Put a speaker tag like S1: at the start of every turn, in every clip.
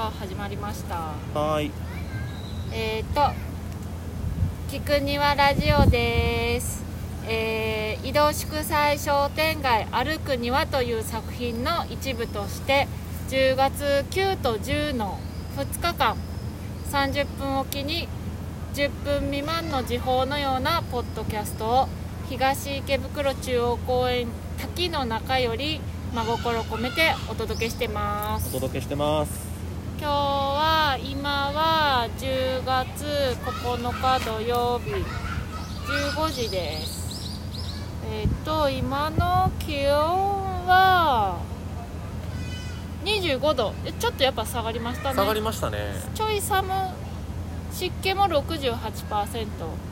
S1: 始まりました。
S2: はい。
S1: 菊庭ラジオです。移動祝祭商店街歩く庭という作品の一部として10月9と10の2日間30分おきに10分未満の時報のようなポッドキャストを東池袋中央公園滝の中より真心込めてお届けしてます。
S2: 今
S1: 今は10月9日土曜日15時です。今の気温は25度。ちょっとやっぱ下がりましたね。
S2: 下がりましたね。
S1: ちょい寒。湿気も 68%。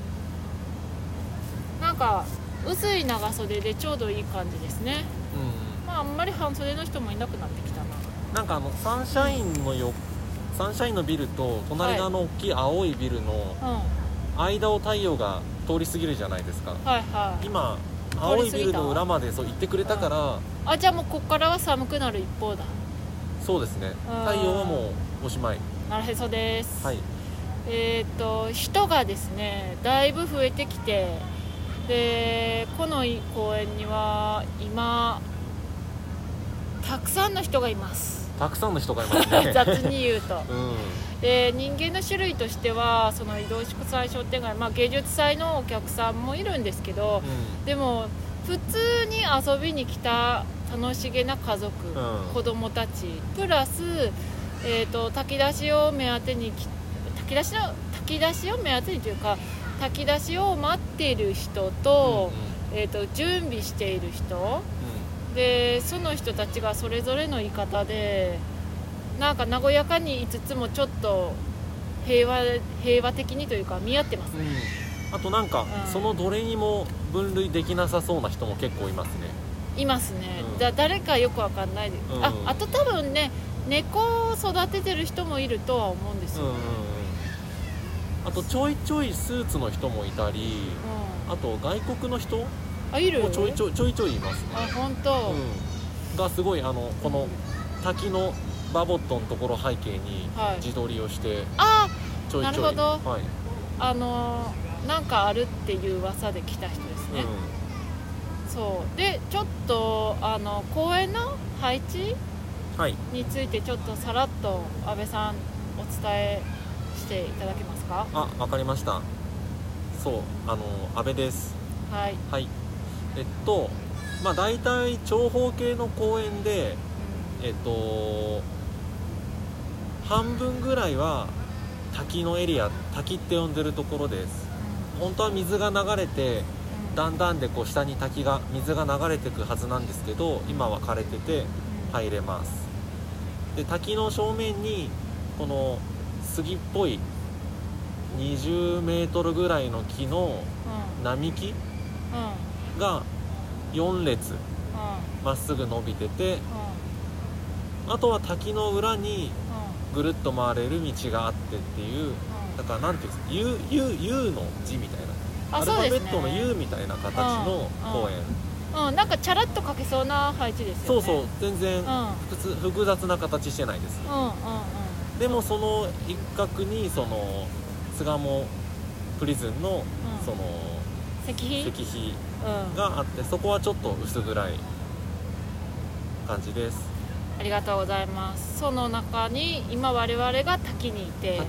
S1: なんか薄い長袖でちょうどいい感じですね。あんまり半袖の人もいなくなってきたな。
S2: なんかサンシャインのビルと隣の大きい青いビルの間を太陽が通り過ぎるじゃないですか。今青いビルの裏までそう行ってくれたから、
S1: じゃあもうこっからは寒くなる一方だ。
S2: そうですね。太陽はもうおしまい。
S1: なるへそです。
S2: はい。
S1: 人がですねだいぶ増えてきて、でこの公園には今たくさんの人がいます。
S2: たくさんの人がいますね
S1: 雑に言うと、で人間の種類としてはその移動祝祭商店街、芸術祭のお客さんもいるんですけど、でも普通に遊びに来た楽しげな家族、子供たちプラス、炊き出しを目当てに炊き出しを目当てにというか炊き出しを待っている人と、準備している人、でその人たちがそれぞれの言い方でなんか和やかに言いつつもちょっと平和的にというか見合ってますね。
S2: あとなんか、そのどれにも分類できなさそうな人も結構いますね。
S1: いますね。誰かよくわかんない、あと多分ね猫を育ててる人もいるとは思うんですよね。
S2: あとちょいちょいスーツの人もいたり、あと外国の人
S1: いる？
S2: ちょいちょいいますね。
S1: 本当、
S2: がすごいこの滝のバボットのところ背景に自撮りをして、ちょいちょい。なるほど。
S1: なんかあるっていう噂で来た人ですね。そうでちょっと公園の配置、についてちょっとさらっと安倍さんお伝えしていただけますか？
S2: わかりました。そう安倍です。はい。だいたい長方形の公園で、半分ぐらいは滝のエリア、滝って呼んでるところです。本当は水が流れてだんだんで下に水が流れていくはずなんですけど、今は枯れてて入れます。で滝の正面にこの杉っぽい20メートルぐらいの木の並木が4列まっすぐ伸びてて、あとは滝の裏にぐるっと回れる道があってっていう、だからなんていうんですか、U の字みたいな、アルファベットの U みたいな形の公園、
S1: なんかチャラッと描けそうな配置ですよね。
S2: そう全然複雑な形してないです。でもその一角にその巣鴨プリズンのその石碑があって、そこはちょっと薄暗い感じです。
S1: ありがとうございます。その中に今我々が滝にいて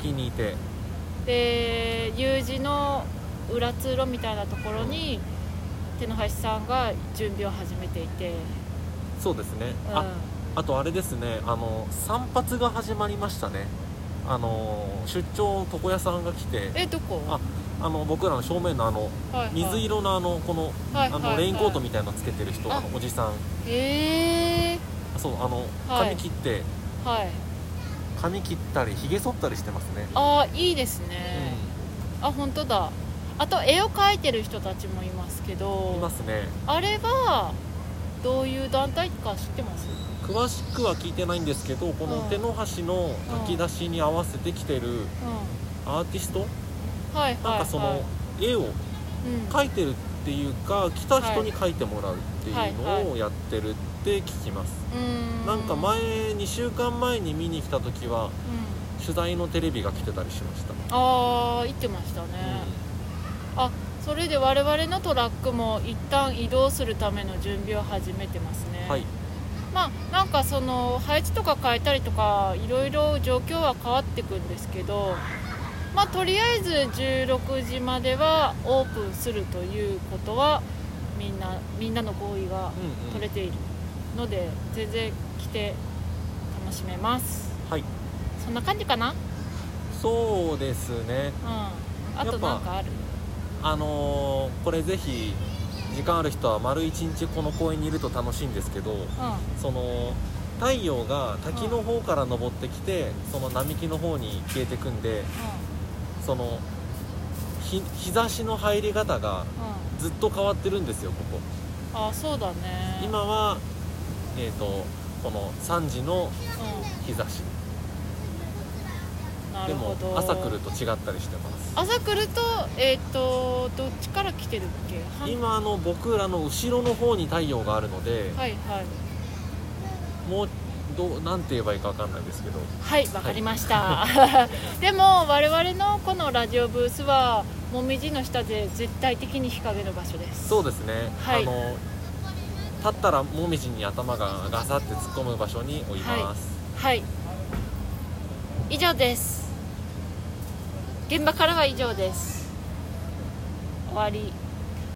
S1: で U 字の裏通路みたいなところに手の橋さんが準備を始めていて、
S2: そうですね。あとあれですね、散髪が始まりましたね。出張床屋さんが来て、
S1: どこ？
S2: 僕らの正面の水色のこのレインコートみたいなのつけてる人、おじさん。そう髪切って、髪切ったりひげ剃ったりしてますね。
S1: いいですね。本当だ。あと絵を描いてる人たちもいますけど。
S2: いますね。あ
S1: れがどういう団体か知ってます？
S2: 詳しくは聞いてないんですけど、この手の橋の炊き出しに合わせてきてるアーティスト、なんかその絵を描いてるっていうか、来た人に描いてもらうっていうのをやってるっって聞きます。なんか2週間前に見に来た時は、取材のテレビが来てたりしました。
S1: ああ、行ってましたね、あ、それで我々のトラックも一旦移動するための準備を始めてますね。
S2: はい。
S1: まあなんかその配置とか変えたりとかいろいろ状況は変わってくんですけど、まあとりあえず16時まではオープンするということはみんなの合意が取れているので、全然来て楽しめます。
S2: はい。
S1: そんな感じかな。
S2: そうですね。
S1: あとなんかある？
S2: これぜひ時間ある人は丸一日この公園にいると楽しいんですけど、その太陽が滝の方から昇ってきて、その並木の方に消えてくんで、その日差しの入り方がずっと変わってるんですよ、ここ。
S1: あ、そうだね。
S2: 今はこの3時の日差し、
S1: なるほど。
S2: でも朝来ると違ったりしてます。
S1: 朝来るとどっちから来てるっけ？
S2: 今僕らの後ろの方に太陽があるので、
S1: はいはい、
S2: もうなんて言えばいいか分かんないですけど、
S1: はい、わかりました、はい、でも我々のこのラジオブースはもみじの下で絶対的に日陰の場所です。
S2: そうですね、
S1: はい、
S2: 立ったらもみじに頭がガサって突っ込む場所に置います。
S1: はい、はい、以上です。現場からは以上です。終わり。